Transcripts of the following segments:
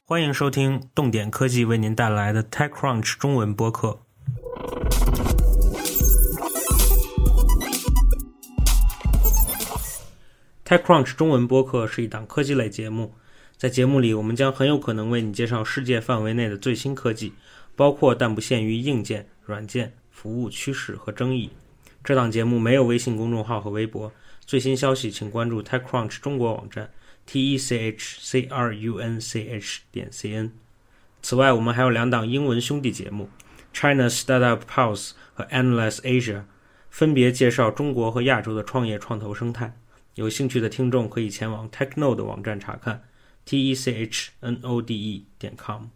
欢迎收听动点科技为您带来的 TechCrunch 中文播客。TechCrunch 中文播客是一档科技类节目，在节目里我们将很有可能为你介绍世界范围内的最新科技，包括但不限于硬件、软件、服务趋势和争议。这档节目没有微信公众号和微博，最新消息请关注 TechCrunch 中国网站 techcrunch.cn。 此外，我们还有两档英文兄弟节目 China Startup Pulse 和 Endless Asia， 分别介绍中国和亚洲的创业创投生态。有兴趣的听众可以前往 Technode 网站查看 technode.com。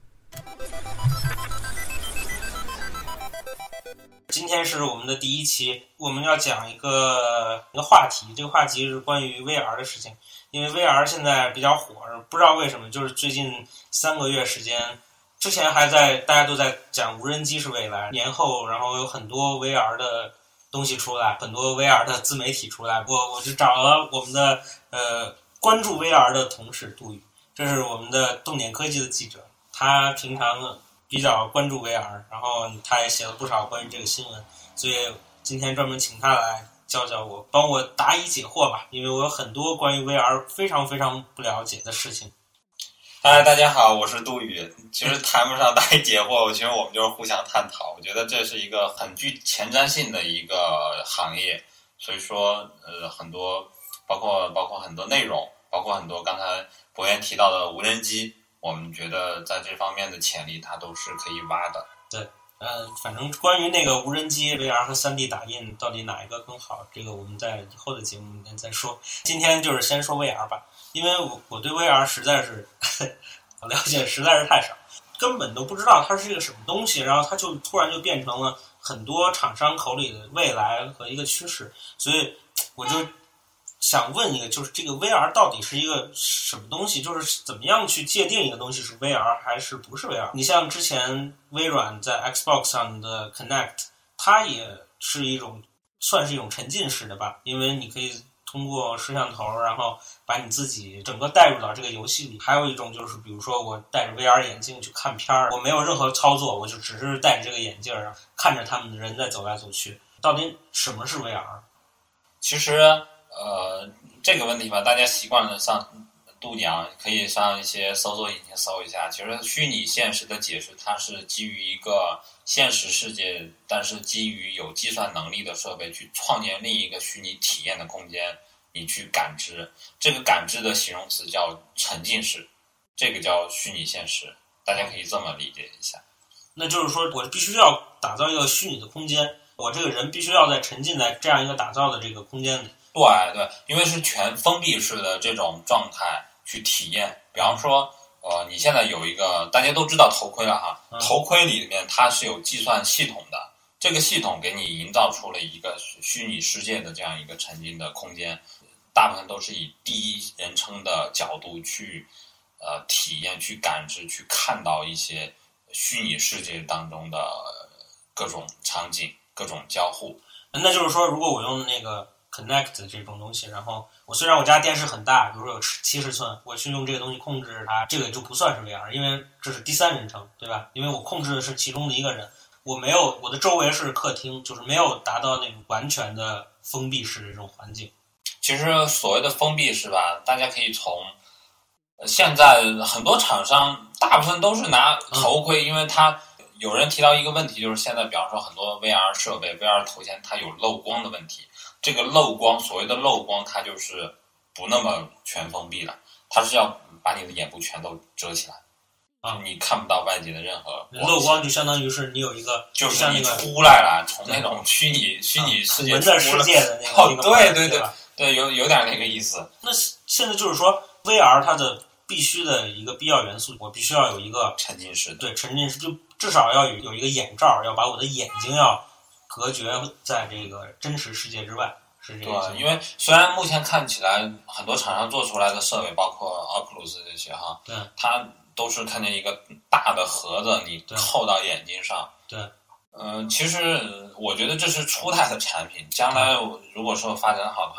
今天是我们的第一期，我们要讲一个话题，这个话题是关于 VR 的事情。因为 VR 现在比较火，不知道为什么，就是最近3个月时间，之前大家都在讲无人机是未来，年后然后有很多 VR 的东西出来，很多 VR 的自媒体出来，我就找了我们的关注 VR 的同事杜宇，这是我们的动点科技的记者，他平常比较关注 VR， 然后他也写了不少关于这个新闻，所以今天专门请他来教我，帮我答疑解惑吧，因为我有很多关于 VR 非常非常不了解的事情。 嗨，大家好，我是杜宇。其实谈不上答疑解惑，其实我们就是互相探讨。我觉得这是一个很具前瞻性的一个行业，所以说很多包括很多内容，包括很多刚才博彦提到的无人机，我们觉得在这方面的潜力它都是可以挖的。 对。反正关于那个无人机 VR 和 3D 打印到底哪一个更好，这个我们在以后的节目里面再说。今天就是先说 VR 吧，因为我对 VR 实在是了解实在是太少，根本都不知道它是一个什么东西，然后它就突然就变成了很多厂商口里的未来和一个趋势，所以我就想问一个，就是这个 VR 到底是一个什么东西，就是怎么样去界定一个东西是 VR 还是不是 VR。 你像之前微软在 Xbox 上的 Kinect， 它也是算是一种沉浸式的吧，因为你可以通过摄像头然后把你自己整个带入到这个游戏里。还有一种就是比如说我戴着 VR 眼镜去看片儿，我没有任何操作，我就只是戴着这个眼镜看着他们的人在走来走去。到底什么是 VR？ 其实这个问题吧，大家习惯了上度娘，可以上一些搜索引擎搜一下。其实虚拟现实的解释，它是基于一个现实世界，但是基于有计算能力的设备去创建另一个虚拟体验的空间，你去感知。这个感知的形容词叫沉浸式，这个叫虚拟现实，大家可以这么理解一下。 那就是说我必须要打造一个虚拟的空间，我这个人必须要沉浸在这样一个打造的这个空间里。 对，因为是全封闭式的这种状态去体验。比方说你现在有一个大家都知道头盔了哈，头盔里面它是有计算系统的，这个系统给你营造出了一个虚拟世界的这样一个沉浸的空间，大部分都是以第一人称的角度去体验、去感知、去看到一些虚拟世界当中的各种场景、各种交互。 那就是说，如果我用那个 Kinect 这种东西，然后虽然我家电视很大，比如说有70寸，我去用这个东西控制它，这个就不算是 VR， 因为这是第三人称，对吧？因为我控制的是其中的一个人，我的周围是客厅，就是没有达到那种完全的封闭式的这种环境。 其实所谓的封闭式吧，大家可以从现在很多厂商大部分都是拿头盔，因为它有人提到一个问题，就是现在比方说很多 VR 设备 VR 头显它有漏光的问题，这个漏光所谓的漏光它就是不那么全封闭了，它是要把你的眼部全都遮起来你看不到外界的任何漏光，就相当于是你有一个就是你出来了，从那种虚拟世界文的世界的那个对，有点那个意思。 那现在就是说 VR 它的必须的一个必要元素，我必须要有一个沉浸式， 对，沉浸式，就至少要有一个眼罩，要把我的眼睛要隔绝在这个真实世界之外，是这个意思。 对，因为虽然目前看起来很多厂商做出来的设备，包括 Oculus 这些哈， 对， 它都是看见一个大的盒子，你扣到眼睛上。 对， 其实我觉得这是初代的产品，将来如果说发展好的话，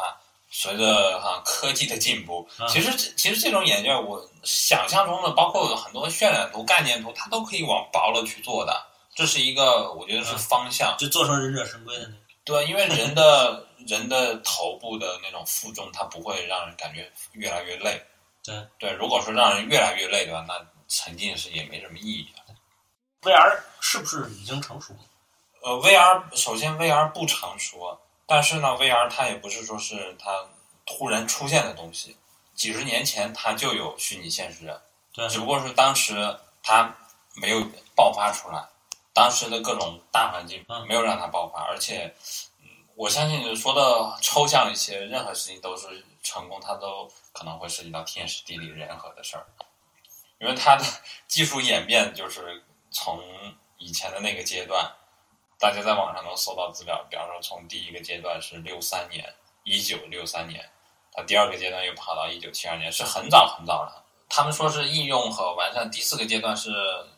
随着科技的进步，其实这种眼镜我想象中的，包括很多渲染图、概念图，它都可以往薄了去做的。这是一个我觉得是方向， 就做成忍者神龟的那种。 对，因为人的头部的那种负重，它不会让人感觉越来越累。对，如果说让人越来越累的话，那沉浸式也没什么意义。 VR 是不是已经成熟了 ？VR 首先 VR 不成熟，但是呢 VR 它也不是说是它突然出现的东西，几十年前它就有虚拟现实， 对， 只不过是当时它没有爆发出来，当时的各种大环境没有让它爆发，而且我相信说的抽象一些，任何事情都是成功，它都可能会涉及到天时地利人和的事儿，因为它的技术演变就是从以前的那个阶段，大家在网上能搜到资料，比方说从第一个阶段是1963年，它第二个阶段又跑到1972年，是很早很早的。他们说是应用和完善，第四个阶段是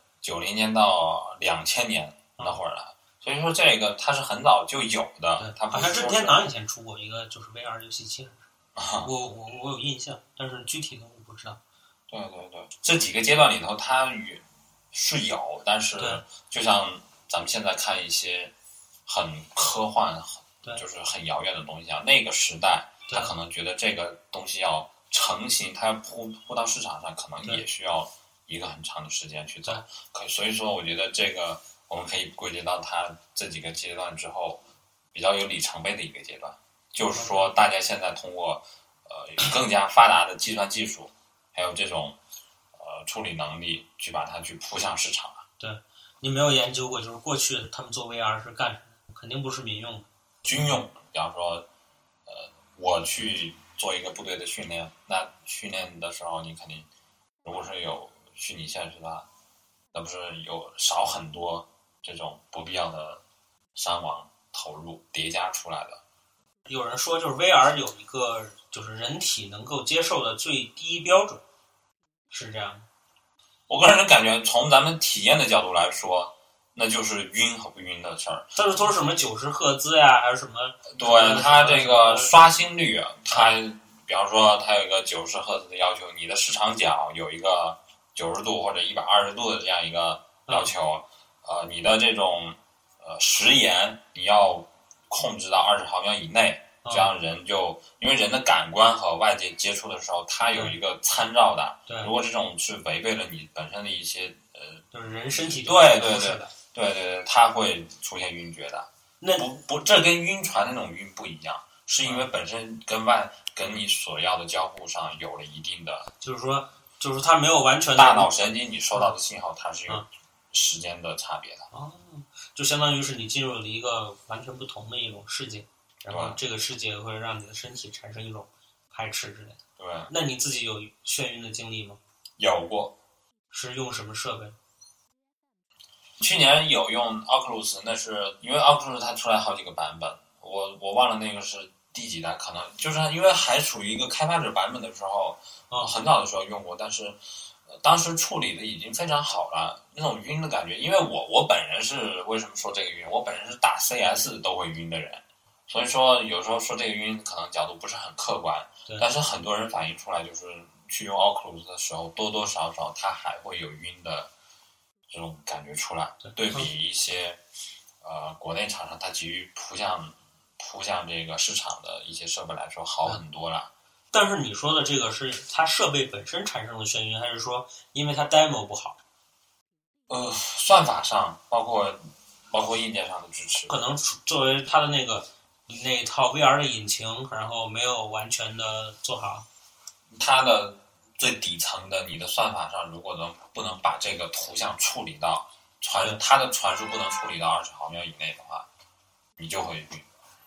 90年到2000年那会儿了。所以说这个它是很早就有的，它不是说是任天堂以前出过一个就是 VR 游戏机，我有印象，但是具体的我不知道。 对，这几个阶段里头它是有，但是就像咱们现在看一些很科幻就是很遥远的东西啊，那个时代他可能觉得这个东西要成型，它要铺到市场上，可能也需要一个很长的时间去走。所以说我觉得这个我们可以归结到它这几个阶段之后比较有里程碑的一个阶段，就是说大家现在通过更加发达的计算技术还有这种处理能力去把它去扑向市场了。 对，你没有研究过就是过去他们做 VR 是干什么？肯定不是民用的， 军用。比方说我去做一个部队的训练，那训练的时候你肯定如果是有虚拟现实的话，那不是有少很多这种不必要的伤亡投入叠加出来的。 有人说就是 VR 有一个就是人体能够接受的最低标准，是这样的。 我个人感觉从咱们体验的角度来说，那就是晕和不晕的事儿。 但是都是什么90赫兹呀，还是什么？ 对，它这个刷新率啊，它比方说它有一个90赫兹的要求，你的视场角有一个90度或者120度的这样一个要求，你的这种时延你要控制到20毫秒以内，这样人就因为人的感官和外界接触的时候，它有一个参照的。 对， 如果这种是违背了你本身的一些就是人身体对，它会出现晕厥的。 那不，这跟晕船那种晕不一样，是因为本身跟你所要的交互上有了一定的， 就是它没有完全的大脑神经你收到的信号，它是有时间的差别的。 就相当于是你进入了一个完全不同的一种世界，然后这个世界会让你的身体产生一种排斥之类的。 对， 那你自己有眩晕的经历吗？ 有过。 是用什么设备？ 去年有用 Oculus， 那是因为 Oculus 它出来好几个版本，我忘了那个是第几代，可能就是因为还处于一个开发者版本的时候，很早的时候用过，但是当时处理的已经非常好了，那种晕的感觉，因为我本人是为什么说这个晕，我本人是打 CS 都会晕的人，所以说有时候说这个晕可能角度不是很客观，但是很多人反映出来就是去用 Oculus 的时候，多多少少它还会有晕的这种感觉出来，对比一些国内厂商它急于扑向这个市场的一些设备来说好很多了。 但是你说的这个是它设备本身产生了眩晕，还是说因为它 demo 不好？ 算法上包括硬件上的支持， 可能作为它的那一套 VR 的引擎，然后没有完全的做好。 它的最底层的你的算法上，如果不能把这个图像处理到它的传输不能处理到20毫秒以内的话，你就会晕。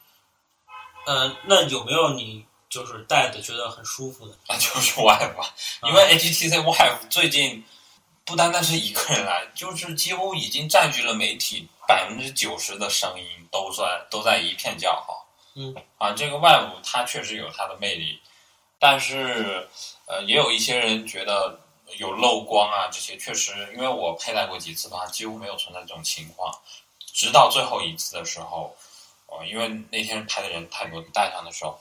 那有没有你就是戴的觉得很舒服的？ 那就是 Vive 吧，因为 HTC Vive 最近不单单是一个人来，就是几乎已经占据了媒体90%的声音，都在一片叫好。这个 Vive 它确实有它的魅力，但是也有一些人觉得有漏光啊，这些确实，因为我佩戴过几次的话，几乎没有存在这种情况，直到最后一次的时候，因为那天拍的人太多，戴上的时候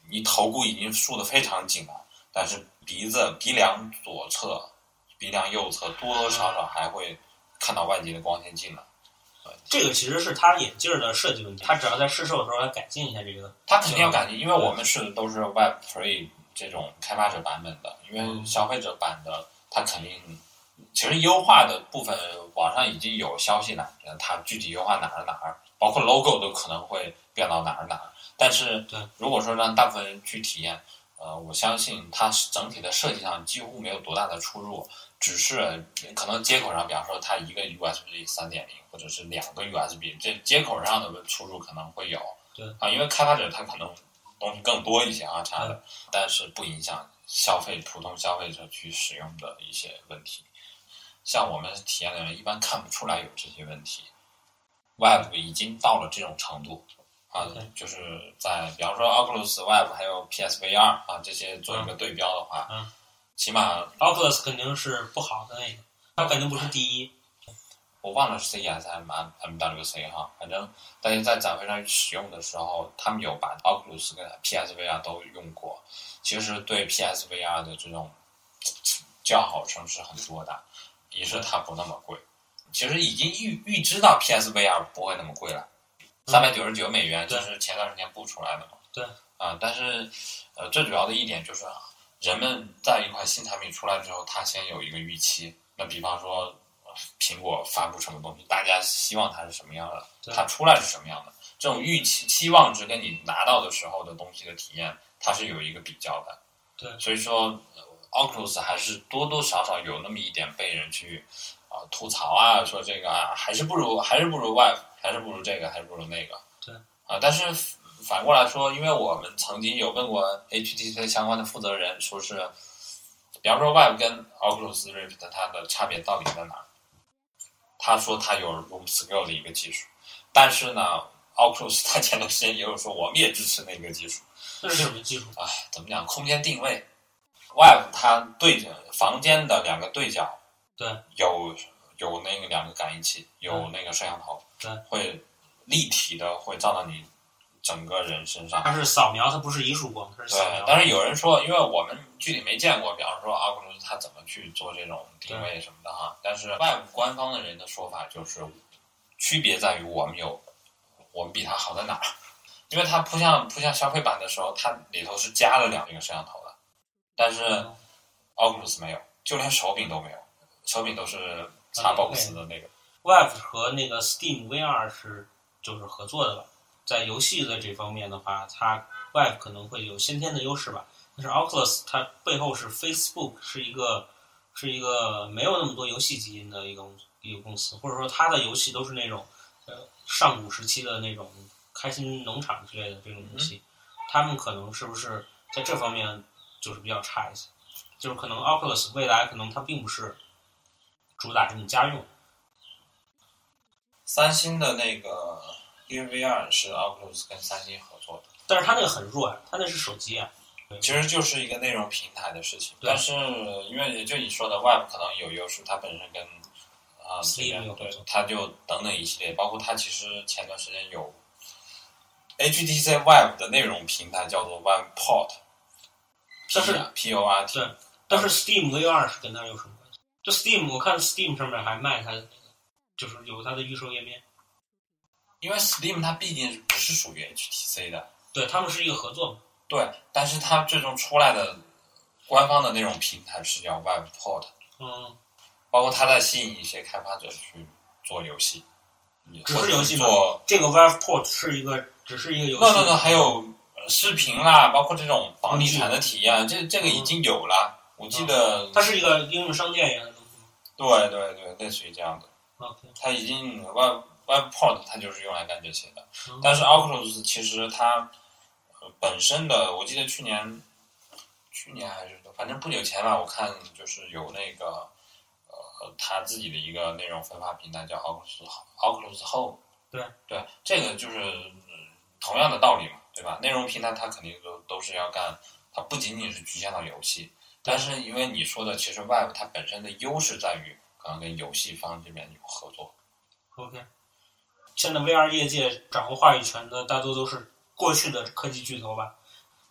你头骨已经束得非常紧了，但是鼻梁左侧、鼻梁右侧多多少少还会看到外界的光线进来。 这个其实是他眼镜的设计问题，他只要在试售的时候来改进一下这个。 他肯定要改进，因为我们试的都是 Web3 这种开发者版本的，因为消费者版的它肯定其实优化的部分网上已经有消息了，它具体优化哪儿，包括 logo 都可能会变到哪儿。但是如果说让大部分人去体验，我相信它整体的设计上几乎没有多大的出入，只是可能接口上，比方说它一个 USB 3.0 或者是2个 USB， 这接口上的出入可能会有。 对啊，因为开发者他可能东西更多一些啊，差的，但是不影响普通消费者去使用的一些问题。像我们体验的人一般看不出来有这些问题。Web 已经到了这种程度啊，就是在比方说 Oculus Web 还有 PSVR 啊这些做一个对标的话，起码 Oculus 肯定是不好的那个，它肯定不是第一。 我忘了是 CES 还是 MWC 哈，反正大家在展会上使用的时候，他们有把 Oculus 跟 PSVR 都用过。其实对 PSVR 的这种叫好声是很多的，一是它不那么贵，其实已经预知到 PSVR 不会那么贵了，399美元就是前段时间布出来的嘛。 对啊，但是最主要的一点就是人们在一款新产品出来之后，它先有一个预期。那比方说苹果发布什么东西，大家希望它是什么样的，它出来是什么样的，这种预期期望值跟你拿到的时候的东西的体验，它是有一个比较的。 对， 所以说Oculus 还是多多少少有那么一点被人去吐槽啊，说这个还是不如 Web， 还是不如这个，还是不如那个。 对但是反过来说，因为我们曾经有问过 HTC 相关的负责人，说是比方说 Web 跟 Oculus Rift 它的差别到底在哪？他说他有 Room Scale 的一个技术，但是呢 Oculus 他前段时间也有说我们也支持那个技术。 这是什么技术？ 怎么讲？空间定位。Web 它对着房间的2个对角， 对， 有那个2个感应器，有那个摄像头， 对， 会立体的会照到你整个人身上。 它是扫描，它不是移束光，它是扫描。 对，但是有人说，因为我们具体没见过，比方说 Oculus 它怎么去做这种定位什么的哈。但是 Web 官方的人的说法就是，区别在于我们比它好在哪儿？因为它扑向消费版的时候，它里头是加了2个摄像头的，但是 Oculus 没有，就连手柄都没有，手柄都是 Xbox 的那个。 Web 和那个 Steam VR 就是合作的吧，在游戏的这方面的话，它 Web 可能会有先天的优势吧。但是 Oculus 它背后是 Facebook， 是一个没有那么多游戏基因的一个公司，或者说它的游戏都是那种上古时期的那种开心农场之类的这种游戏，他们可能是不是在这方面就是比较差一些，就是可能 Oculus 未来可能它并不是主打这种家用。 三星的那个 VR 是 Oculus 跟三星合作的， 但是它那个很弱啊，它那是手机啊。 其实就是一个内容平台的事情，但是因为也就你说的 Web 可能有优势，它本身跟 Steam 对，它就等等一系列，包括它其实前段时间有 HTC Web 的内容平台叫做 WebPort， 但是 PORT。 对，但是 Steam VR 是跟它有什么关系？就 Steam， 我看 Steam 上面还卖它的那个，就是有它的预售页面。 因为 Steam 它毕竟不是属于 HTC 的， 对，他们是一个合作嘛。 对，但是它最终出来的官方的内容平台是叫 WebPort。包括它在吸引一些开发者去做游戏， 只是游戏吗？这个 WebPort 只是一个游戏。 那还有视频啦，包括这种房地产的体验，这个已经有了。我记得它是一个应用商店一样的东西吗？ 对，类似于这样的。它已经 WebPort 它就是用来干这些的。但是 Oculus 其实它本身的，我记得去年还是反正不久前吧，我看就是有那个他自己的一个内容分发平台叫 Oculus Home。对，这个就是同样的道理嘛，对吧？内容平台它肯定都是要干，它不仅仅是局限到游戏，但是因为你说的，其实 Web 它本身的优势在于可能跟游戏方这边有合作。 OK， 现在 VR 业界掌握话语权的大多都是过去的科技巨头吧，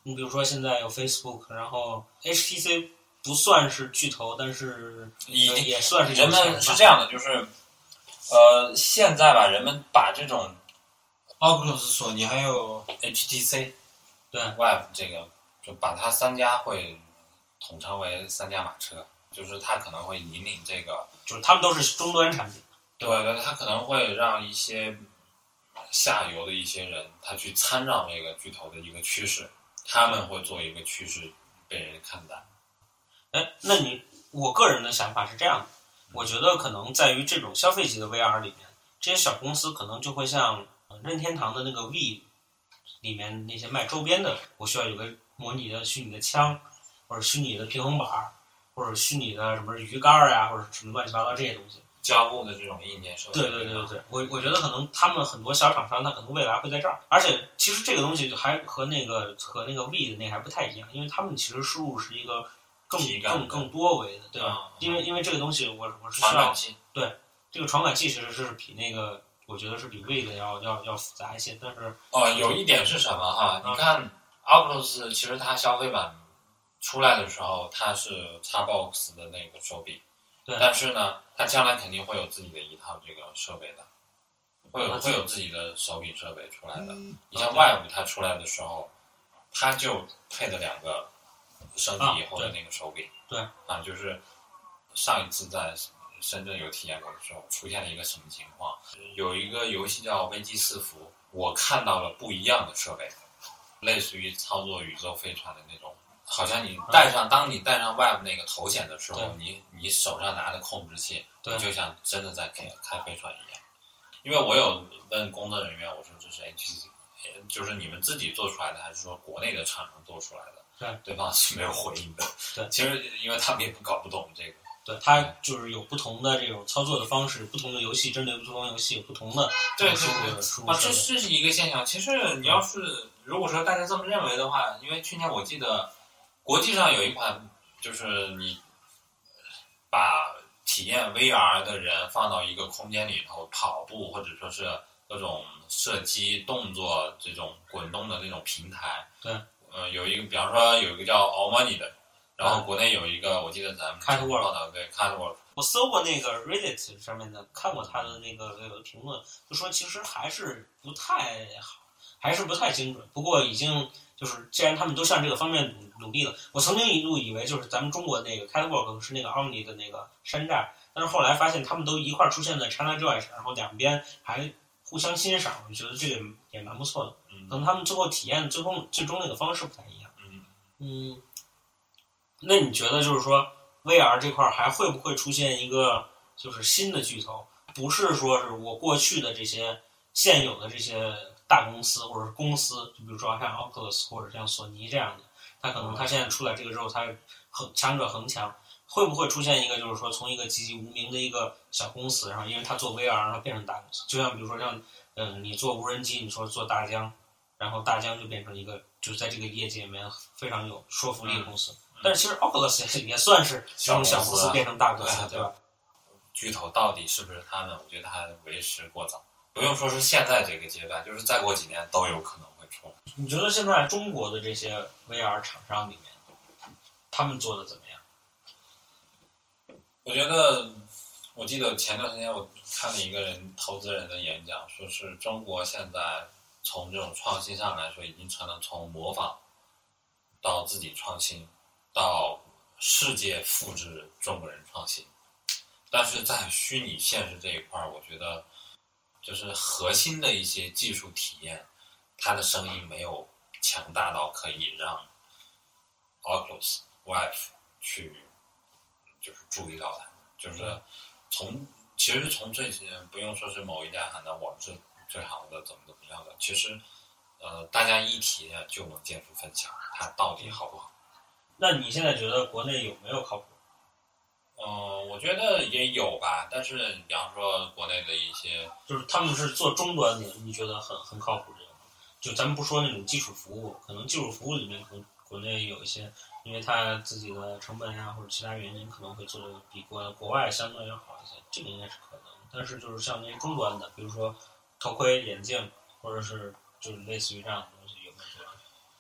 你比如说现在有 Facebook， 然后 HTC 不算是巨头，但是也算是人们是这样的，就是现在吧，人们把这种 Oculus、索尼还有 HTC 对 Vive 这个，就把它三家会统称为三驾马车，就是它可能会引领这个， 就是他们都是终端产品。 对，它可能会让一些下游的一些人，他去参照这个巨头的一个趋势，他们会做一个趋势被人看待。 那我个人的想法是这样的，我觉得可能在于这种消费级的 VR 里面，这些小公司可能就会像任天堂的那个 Wii 里面那些卖周边的，我需要有个模拟的虚拟的枪，或者虚拟的平衡板，或者虚拟的什么鱼竿呀，或者什么乱七八糟这些东西。 交互的这种硬件设备。 对，我觉得可能他们很多小厂商，他可能未来会在这儿，而且其实这个东西还和那个 Wii 的那个还不太一样，因为他们其实输入是一个更多维的，对吧？因为这个东西我是需要对这个传感器其实是比那个我觉得是比 Wii 的要复杂一些，但是有一点是什么哈？你看 Oculus 其实它消费版出来的时候，它是 Xbox 的那个手柄。 对， 但是呢，它将来肯定会有自己的一套这个设备的，会有自己的手柄设备出来的。你像 Vive 它出来的时候，它就配了2个升级以后的那个手柄。 对啊，就是上一次在深圳有体验过的时候，出现了一个什么情况？有一个游戏叫《危机四伏》，我看到了不一样的设备，类似于操作宇宙飞船的那种。好像你当你戴上 Vive 那个头显的时候，你手上拿着控制器，你就像真的在开飞船一样。因为我有问工作人员，我说这是 HTC， 就是你们自己做出来的，还是说国内的厂商做出来的？对方是没有回应的。 对， 其实因为他们也搞不懂这个。 对，它就是有不同的这种操作的方式，不同的游戏针对不同的游戏有不同的输入这是一个现象。其实你要是如果说大家这么认为的话，因为去年我记得。国际上有一款，就是你把体验 VR 的人放到一个空间里头跑步，或者说是各种射击动作这种滚动的那种平台。 对。 有一个，比方说有一个叫 Omni 的，然后国内有一个，我记得咱们报道对 Catwalk。 我搜过那个 Reddit 上面的，看过他的那个评论，就说其实还是不太好，还是不太精准。不过已经。就是既然他们都向这个方面努力了，我曾经一度以为就是咱们中国那个 Catwalk 是那个 Omni 的那个山寨，但是后来发现他们都一块出现在 ChinaJoy 上，然后两边还互相欣赏，我觉得这个也蛮不错的。可能他们最后体验最终那个方式不太一样。那你觉得就是说 VR 这块还会不会出现一个就是新的巨头？不是说是我过去的这些现有的这些。大公司或者是公司，就比如说像 Oculus 或者像索尼这样的，它可能它现在出来这个之后，它强者恒强，会不会出现一个就是说从一个籍籍无名的一个小公司，然后因为它做 VR 让它变成大公司，就像比如说像你做无人机，你说做大疆，然后大疆就变成一个就是在这个业界里面非常有说服力的公司。但是其实 Oculus 也算是从小公司变成大公司，对吧？ 巨头到底是不是他们？我觉得还为时过早。不用说是现在这个阶段，就是再过几年都有可能会出来。 你觉得现在中国的这些 VR 厂商里面，他们做的怎么样？ 我觉得，我记得前段时间我看了一个投资人的演讲，说是中国现在从这种创新上来说，已经成了从模仿到自己创新，到世界复制中国人创新。但是在虚拟现实这一块，我觉得。就是核心的一些技术体验，它的声音没有强大到可以让 Oculus Vive 去就是注意到它。就是其实从这些不用说是某一家喊到我是最好的怎么样的，其实大家一体验就能见出分晓，它到底好不好？ 那你现在觉得国内有没有靠谱？ 我觉得也有吧，但是比方说国内的一些， 就是他们是做终端的，你觉得很靠谱这个？就咱们不说那种基础服务，可能基础服务里面可能国内有一些，因为它自己的成本呀或者其他原因，可能会做的比国外相对要好一些，这个应该是可能。但是就是像那些终端的，比如说头盔、眼镜，或者是就是类似于这样的东西，有没有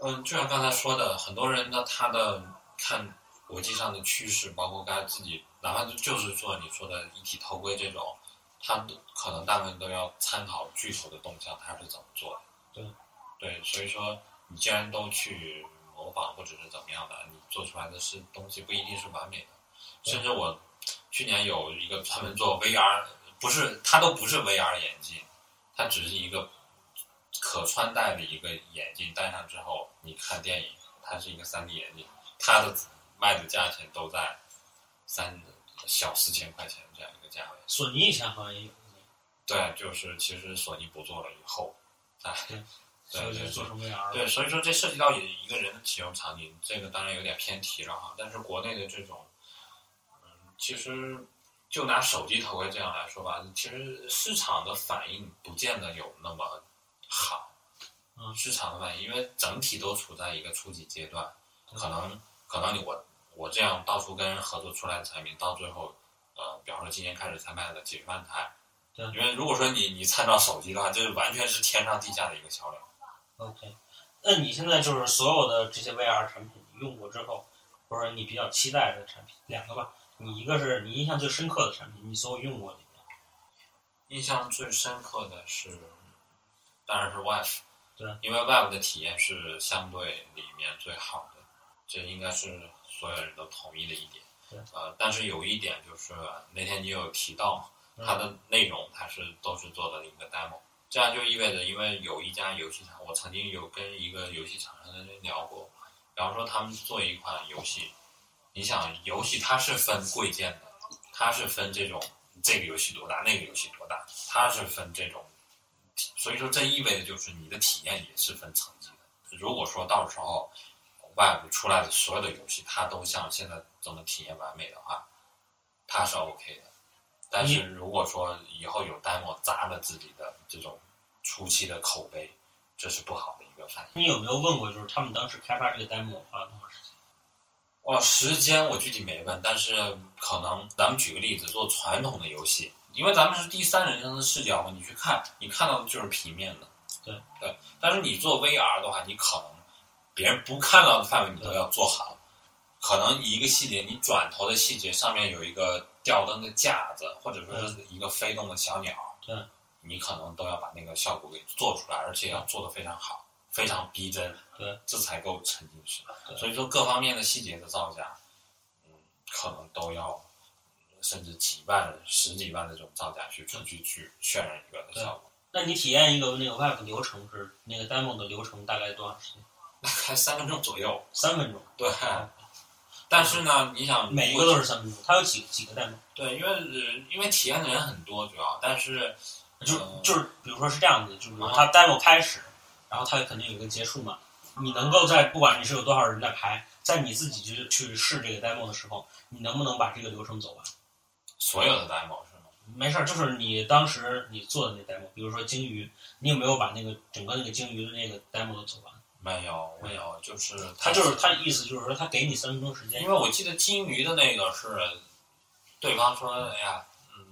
就像刚才说的，很多人呢，他的看国际上的趋势，包括刚才自己，哪怕就是说你说的一体偷窥这种，他可能大部分都要参考巨头的动向，他是怎么做的。对，所以说你既然都去模仿或者是怎么样的，你做出来的东西不一定是完美的。甚至我去年有一个专门做 VR， 它都不是 VR 眼镜，它只是一个可穿戴的一个眼镜，戴上之后你看电影，它是一个 3D 眼镜，它的卖的价钱都在小4000块钱这样一个价位。 索尼以前好像也有。 对，就是其实索尼不做了以后， 所以就做成 VR 了。 对，所以说这涉及到一个人的使用场景，这个当然有点偏题了哈。但是国内的这种，其实就拿手机头盔这样来说吧，其实市场的反应不见得有那么好。市场的反应，因为整体都处在一个初级阶段，可能我这样到处跟人合作出来的产品，到最后，比方说今年开始才卖了几十万台。 对， 因为如果说你参照手机的话，这完全是天上地下的一个销量。 OK， 那你现在就是所有的这些 VR 产品你用过之后，或者你比较期待的产品，两个吧。你一个是你印象最深刻的产品，你所有用过里面。 印象最深刻的是，当然是 Vive。 对， 因为 Vive 的体验是相对里面最好的，这应该是所有人都同意的一点。 对， 但是有一点就是那天你有提到，它的内容它都是做了一个 demo。这样就意味着，因为有一家游戏厂，我曾经有跟一个游戏厂商的人聊过，比方说他们做一款游戏，你想游戏它是分贵贱的，它是分这种这个游戏多大，那个游戏多大，它是分这种，所以说这意味着就是你的体验也是分层级的。如果说到时候Vive出来的所有的游戏，它都像现在这么体验完美的话，它是 OK 的。但是如果说以后有 demo 砸了自己的这种初期的口碑，这是不好的一个反应。 你有没有问过，就是他们当时开发这个 demo 花了多长时间？ 时间我具体没问，但是可能咱们举个例子，做传统的游戏，因为咱们是第三人称的视角嘛，你去看，你看到的就是平面的。对。但是你做 VR 的话，你可能别人不看到的范围你都要做好，可能一个细节，你转头的细节上面有一个吊灯的架子，或者说是一个飞动的小鸟， 对， 你可能都要把那个效果给做出来，而且要做得非常好，非常逼真， 对， 这才够沉浸式。所以说各方面的细节的造价，可能都要甚至几万、十几万的这种造价去渲染一个的效果。 那你体验一个那个 Vive 流程是那个 demo 的流程大概多长时间？ 大概3分钟左右。 3分钟。 对。但是呢，你想每一个都是3分钟，它有几个 demo？ 对，因为体验的人很多，主要，但是就是比如说是这样子，就是它 demo 开始，然后它肯定有一个结束嘛。你能够在不管你是有多少人在排，在你自己去试这个 demo 的时候，你能不能把这个流程走完？ 所有的 demo 是吗？ 没事，就是你当时你做的那 demo， 比如说鲸鱼，你有没有把那个整个那个鲸鱼的那个 demo 都走完？ 没有，就是他意思就是说他给你3分钟时间， 因为我记得鲸鱼的那个是对方说哎呀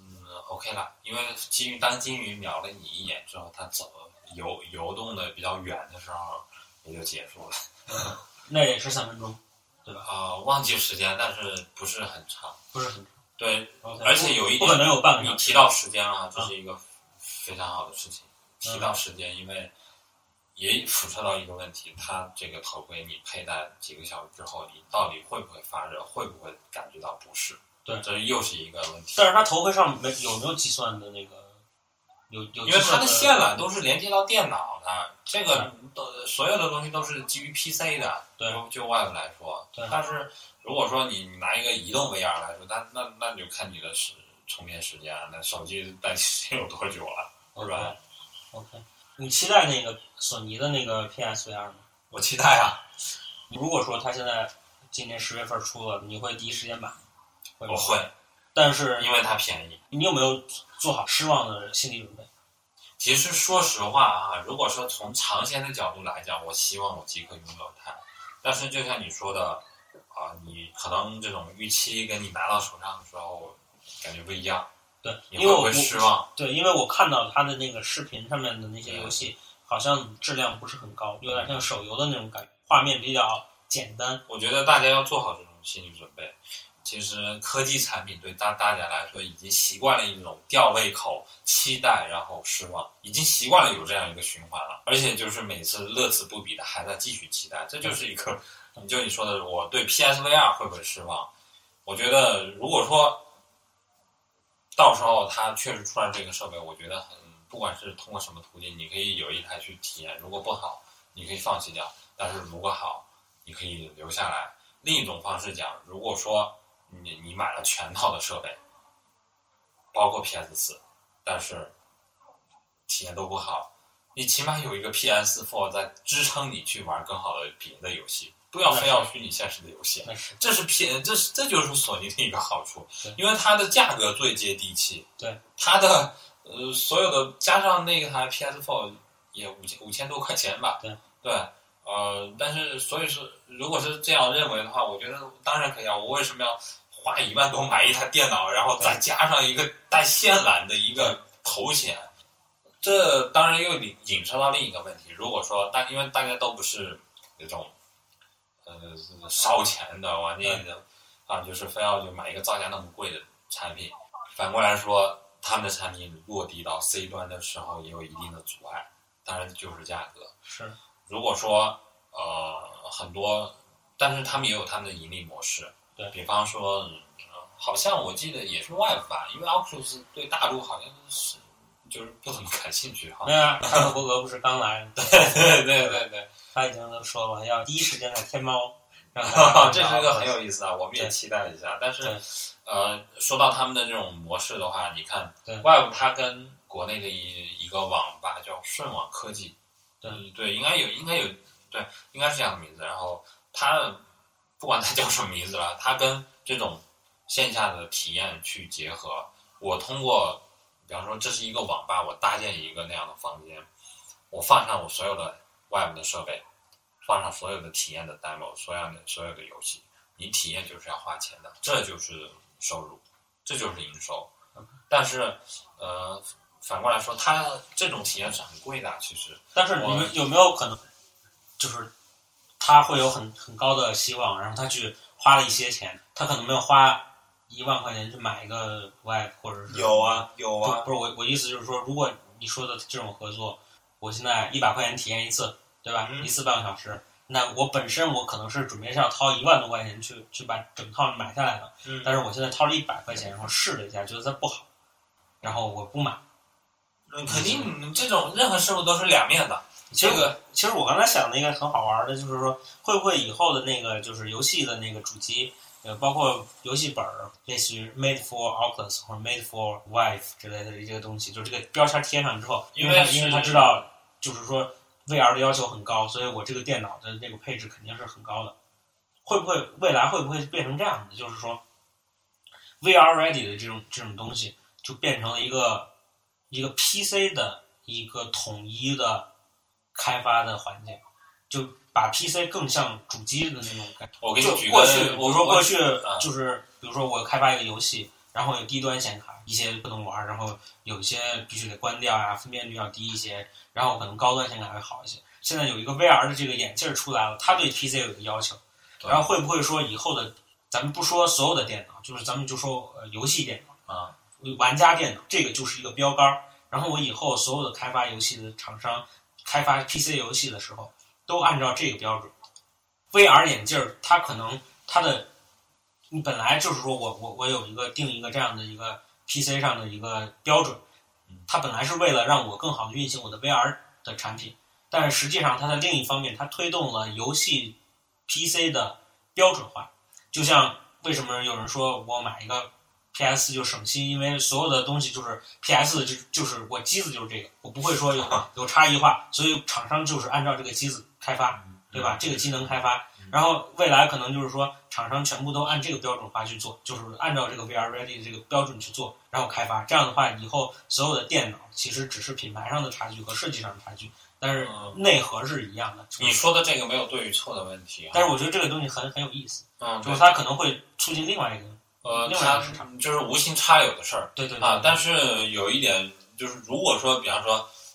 OK 了，因为当鲸鱼瞄了你一眼之后，它游动的比较远的时候也就结束了。 那也是3分钟，对吧？ 忘记时间，但是不是很长， 不是很长。 对，而且有一点不可能有半个小时。 你提到时间啊，这是一个非常好的事情。提到时间，因为也辐射到一个问题，它这个头盔你佩戴几个小时之后，你到底会不会发热，会不会感觉到不适？ 对， 这又是一个问题。 但是它头盔上有没有计算的那个？有，因为它的线缆都是连接到电脑的，这个所有的东西都是基于 PC 的。 对， 就 Vive 来说，但是如果说你拿一个移动 VR 来说，那就看你的充电时间，那手机待时间有多久了，是吧 ？OK， 你期待那个索尼的那个 PSVR 吗？ 我期待啊！ 如果说它现在今年10月份出了，你会第一时间买？ 我会。 但是因为它便宜， 你有没有做好失望的心理准备？ 其实说实话啊，如果说从长线的角度来讲，我希望我即刻拥有它。但是就像你说的你可能这种预期跟你拿到手上的时候感觉不一样。 对， 你会不会失望？ 对，因为我看到它的那个视频上面的那些游戏，好像质量不是很高，有点像手游的那种感觉。 画面比较简单。 我觉得大家要做好这种心理准备。其实科技产品对大家来说已经习惯了一种吊胃口、期待然后失望，已经习惯了有这样一个循环了，而且就是每次乐此不疲的还在继续期待，这就是一个就你说的，我对 PSVR 会不会失望？我觉得如果说到时候它确实出来这个设备，我觉得不管是通过什么途径，你可以有一台去体验，如果不好你可以放弃掉，但是如果好你可以留下来。另一种方式讲，如果说你买了全套的设备，包括 PS4， 但是体验都不好，你起码有一个 PS4 在支撑你去玩更好的别的游戏，不要非要虚拟现实的游戏。这就是索尼的一个好处，因为它的价格最接地气。 对， 它的所有的加上那台 PS4 也5000多块钱吧。对。但是所以说，如果是这样认为的话，我觉得当然可以啊。我为什么要花1万多买一台电脑，然后再加上一个带线缆的一个头显？这当然又引申到另一个问题。如果说因为大家都不是那种烧钱的玩意的就是非要就买一个造价那么贵的产品。反过来说，他们的产品落地到 C 端的时候也有一定的阻碍，当然就是价格。 是。 如果说很多，但是他们也有他们的盈利模式。 对， 比方说，好像我记得也是外部吧，因为 Oculus 对大陆好像是就是不怎么感兴趣哈。 对啊，扎克伯格不是刚来？ 对， 他已经都说了要第一时间在天猫让这是一个很有意思啊，我们也期待一下。但是说到他们的这种模式的话，你看外部它跟国内的一个网吧叫顺网科技。对，应该有，对，应该是这样的名字。然后它不管它叫什么名字了，它跟这种线下的体验去结合。我通过，比方说这是一个网吧，我搭建一个那样的房间，我放上我所有的外部的设备，放上所有的体验的 demo， 所有的游戏，你体验就是要花钱的，这就是收入，这就是营收。但是反过来说，它这种体验是很贵的，其实。 但是你们有没有可能，就是他会有很高的希望，然后他去花了一些钱，他可能没有花1万块钱去买一个 Vive， 或者是有啊。 不是我意思就是说，如果你说的这种合作，我现在100块钱体验一次，对吧？一次半个小时，那我本身我可能是准备是要掏1万多块钱去把整套买下来的，但是我现在掏了100块钱，然后试了一下，觉得它不好，然后我不买。 肯定这种任何事物都是两面的。 其实我刚才想的一个很好玩的，就是说会不会以后的那个就是游戏的那个主机，包括游戏本类似于 Made for Oculus 或者 Made for Vive 之类的这些东西，就是这个标签贴上之后，因为他知道就是说 VR 的要求很高，所以我这个电脑的那个配置肯定是很高的。未来会不会变成这样的？就是说 VR ready 的这种东西就变成了一个 PC 的一个统一的开发的环境，就把 PC 更像主机的那种感觉。 我给你举个， 过去就是比如说我开发一个游戏，然后有低端显卡，一些不能玩，然后有一些必须得关掉啊，分辨率要低一些，然后可能高端显卡会好一些。现在有一个 VR 的这个眼镜出来了，它对 PC 有一个要求，然后会不会说以后的，咱们不说所有的电脑，就是咱们就说游戏电脑啊，玩家电脑，这个就是一个标杆。然后我以后所有的开发游戏的厂商开发 PC 游戏的时候，都按照这个标准。VR 眼镜它可能你本来就是说我有定一个这样的一个 PC 上的一个标准，它本来是为了让我更好的运行我的 VR 的产品，但是实际上它在另一方面，它推动了游戏 PC 的标准化。就像为什么有人说我买一个 PS 就省心，因为所有的东西就是 PS 就是我机子就是这个，我不会说有差异化，所以厂商就是按照这个机子开发，对吧？这个机能开发，然后未来可能就是说厂商全部都按这个标准化去做，就是按照这个 VR Ready 的这个标准去做，然后开发。这样的话，以后所有的电脑其实只是品牌上的差距和设计上的差距，但是内核是一样的。 你说的这个没有对与错的问题， 但是我觉得这个东西很有意思，就是它可能会促进另外一个。 它就是无心插柳的事儿， 对， 但是有一点就是，如果说，比方说，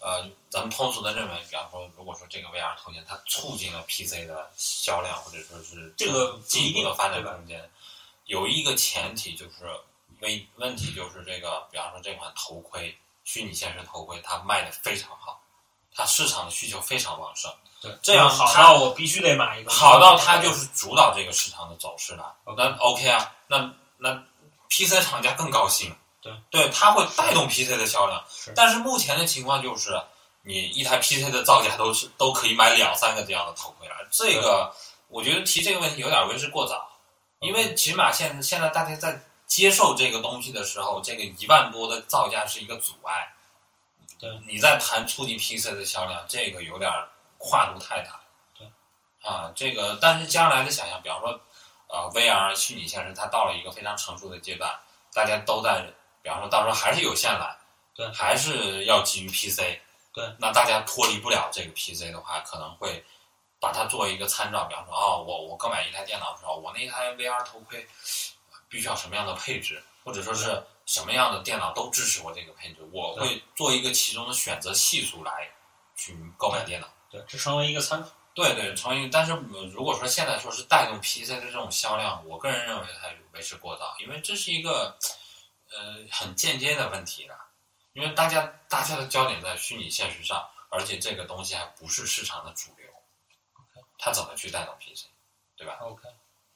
咱们通俗的认为，比方说，如果说这个 VR 头显它促进了 PC 的销量，或者说是这个进一步的发展空间，有一个前提就是问题就是这个，比方说这款头盔，虚拟现实头盔，它卖的非常好，它市场的需求非常旺盛。 对， 这样好到我必须得买一个， 好到它就是主导这个市场的走势了。那 OK 啊，那 PC 厂家更高兴。对，它会带动 PC 的销量。但是目前的情况就是，你一台 PC 的造价都可以买2-3个这样的头盔了。这个我觉得提这个问题有点为时过早，因为起码现在大家在接受这个东西的时候，这个1万多的造价是一个阻碍。 对， 你在谈促进 PC 的销量，这个有点跨度太大。 对， 这个但是将来的想象，比方说VR 虚拟现实，它到了一个非常成熟的阶段，大家都在，比方说到时候还是有线缆， 对， 还是要基于 PC， 对， 那大家脱离不了这个 PC 的话，可能会把它作为一个参照，比方说我购买一台电脑的时候，我那台 VR 头盔必须要什么样的配置，或者说是什么样的电脑都支持我这个配置，我会做一个其中的选择系数来去购买电脑。 对，这成为一个参考。 对，成为一个。但是如果说现在说是带动 PC 的这种销量，我个人认为还为时过早，因为这是一个很间接的问题了。因为大家的焦点在虚拟现实上，而且这个东西还不是市场的主流，它怎么去带动 PC， 对吧 ？OK，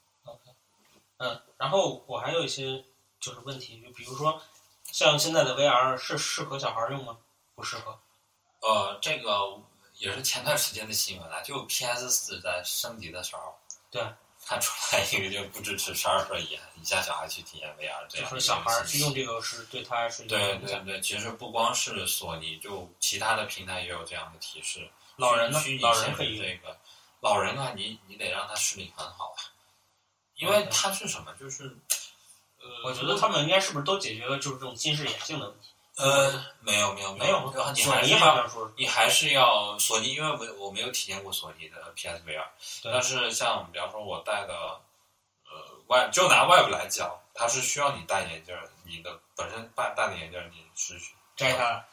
然后我还有一些就是问题，就比如说像现在的 VR 是适合小孩用吗？不适合。 这个也是前段时间的新闻了，就 PS4 在升级的时候， 对， 看出来一个就不支持12岁以下小孩去体验 VR， 这样就是小孩去用这个是对他是对，其实不光是索尼，就其他的平台也有这样的提示。 老人呢？ 虚拟老人可以这个老人啊，你得让他视力很好啊，因为他是什么？就是我觉得他们应该是不是都解决了就是这种近视眼镜的问题？ 没有，你还是要索尼，因为我没有体验过索尼的 PSVR， 但是像比方说我戴的就拿 Web 来讲，它是需要你戴眼镜，你的本身戴的眼镜你是摘它，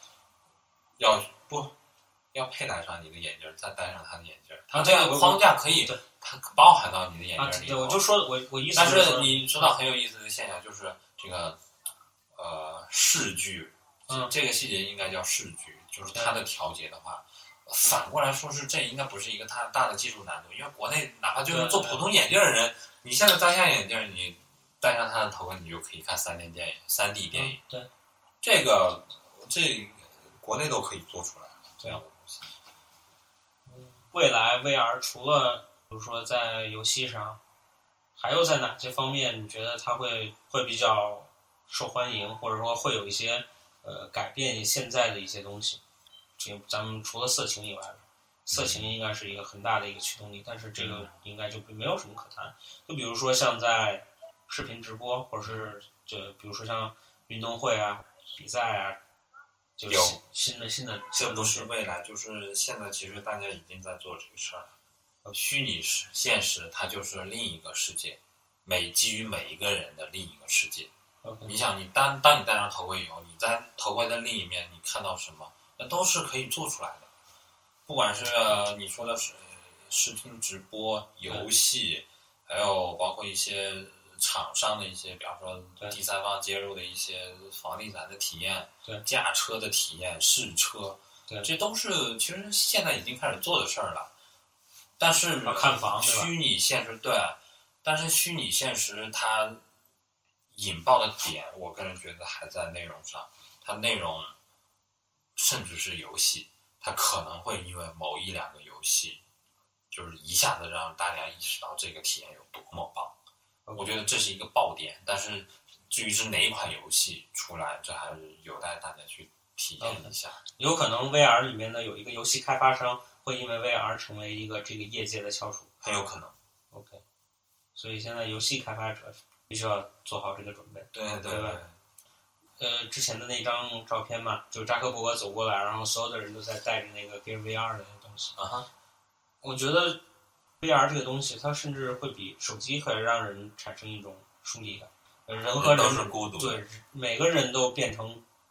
要佩戴上你的眼镜，再戴上它的眼镜，它这个框架可以它包含到你的眼镜里。 对，我就说我意思。 但是你说到很有意思的现象，就是这个视距。这个细节应该叫视距，就是它的调节的话，反过来说是这应该不是一个太大的技术难度，因为国内哪怕就是做普通眼镜的人，你现在摘下眼镜，你戴上它的头盔，你就可以看3D 电影。 对， 这个国内都可以做出来这样的东西。 未来 VR 除了比如说在游戏上，还有在哪些方面你觉得它会比较受欢迎，或者说会有一些改变现在的一些东西？咱们除了色情以外，色情应该是一个很大的一个驱动力，但是这个应该就没有什么可谈。就比如说像在视频直播，或者是比如说像运动会啊、比赛啊，就有新的， 这不是未来，就是现在其实大家已经在做这个事儿了。虚拟现实它就是另一个世界，基于每一个人的另一个世界。你想，你当你戴上头盔以后，你在头盔的另一面，你看到什么，那都是可以做出来的。不管是你说的是视频直播、游戏，还有包括一些厂商的一些，比方说第三方接入的一些房地产的体验、驾车的体验、试车，这都是其实现在已经开始做的事儿了。但是看房， 虚拟现实但是虚拟现实它引爆的点，我个人觉得还在内容上。它内容甚至是游戏，它可能会因为某1-2个游戏，就是一下子让大家意识到这个体验有多么棒。我觉得这是一个爆点，但是至于是哪一款游戏出来，这还是有待大家去体验一下。 有可能 VR 里面的有一个游戏开发商会因为 VR 成为一个这个业界的翘楚， 很有可能。 OK， 所以现在游戏开发者必须要做好这个准备。 对吧？之前的那张照片嘛，就扎克伯格走过来，然后所有的人都在带着那个 Gear VR 的那东西。我觉得 VR 这个东西，它甚至会比手机会让人产生一种疏离感。人和人都是孤独， 对，每个人都变成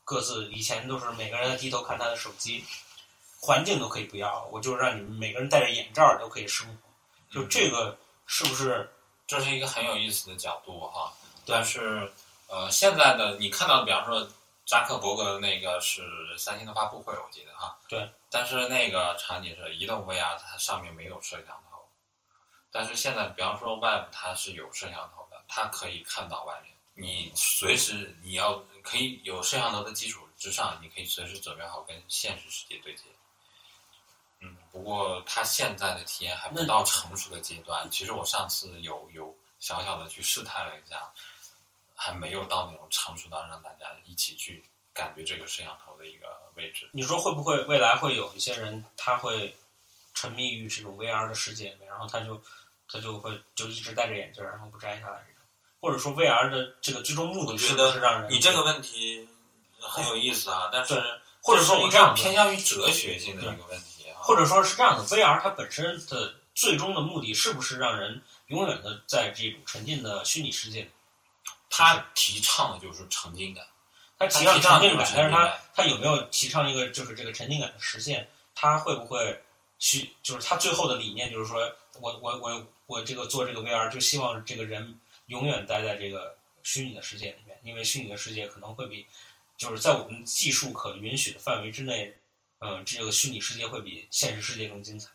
各自以前都是每个人低头看他的手机，环境都可以不要，我就让你们每个人戴着眼罩都可以生活。就这个是不是？ 这是一个很有意思的角度哈。但是现在的你看到的，比方说扎克伯格的那个是三星的发布会，我记得哈。 对。 但是那个场景是移动 VR， 它上面没有摄像头。但是现在，比方说 Web 它是有摄像头的，它可以看到外面。你随时可以有摄像头的基础之上，你可以随时准备好跟现实世界对接。不过它现在的体验还不到成熟的阶段。其实我上次有小小的去试探了一下，还没有到那种成熟到让大家一起去感觉这个摄像头的一个位置。 你说会不会未来会有一些人他会沉迷于这种 VR 的世界里面，然后他就会一直戴着眼镜，然后不摘下来这种？或者说 VR 的这个最终目的是不是让人？ 你这个问题很有意思啊，但是或者说我这样偏向于哲学性的一个问题啊， 或者说是这样的 VR 它本身的最终的目的是不是让人永远的在这种沉浸的虚拟世界里？ 他提倡的就是沉浸感， 他提倡沉浸感，但是他有没有提倡一个就是这个沉浸感的实现？他会不会就是他最后的理念就是说我这个做这个 VR 就希望这个人永远待在这个虚拟的世界里面，因为虚拟的世界可能会比就是在我们技术可允许的范围之内，这个虚拟世界会比现实世界更精彩。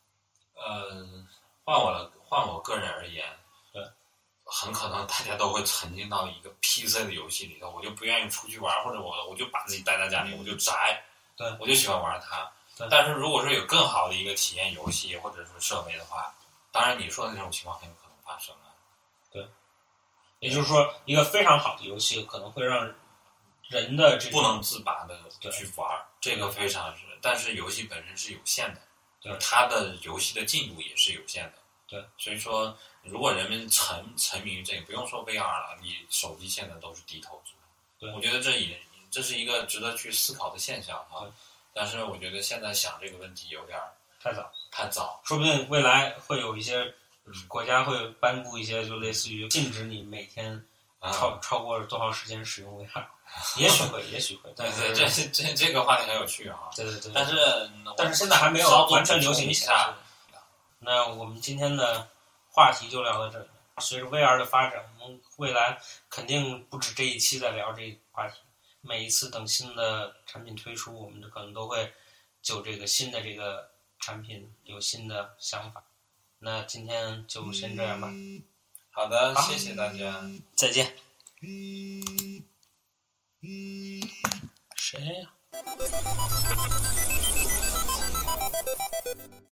换我个人而言， 对， 很可能大家都会沉浸到一个 PC 的游戏里头，我就不愿意出去玩，或者我就把自己待在家里，我就宅， 对， 我就喜欢玩它。但是如果说有更好的一个体验游戏或者是设备的话，当然你说的那种情况很有可能发生啊。 对，也就是说，一个非常好的游戏可能会让人的这不能自拔的去玩，这个非常是，但是游戏本身是有限的， 对， 它的游戏的进度也是有限的， 对， 所以说，如果人们沉迷于这个，不用说 VR 了，你手机现在都是低头族， 对， 我觉得这是一个值得去思考的现象啊。但是我觉得现在想这个问题有点太早， 说不定未来会有一些国家会颁布一些就类似于禁止你每天超过多少时间使用 VR， 也许会。 对，这个话题很有趣啊。 对。 但是现在还没有完全流行起来。那我们今天的话题就聊到这里。随着 VR 的发展，我们未来肯定不止这一期在聊这个话题。每一次等新的产品推出，我们可能都会就这个新的这个产品有新的想法。那今天就先这样吧。 好的，谢谢大家， 再见。谁呀？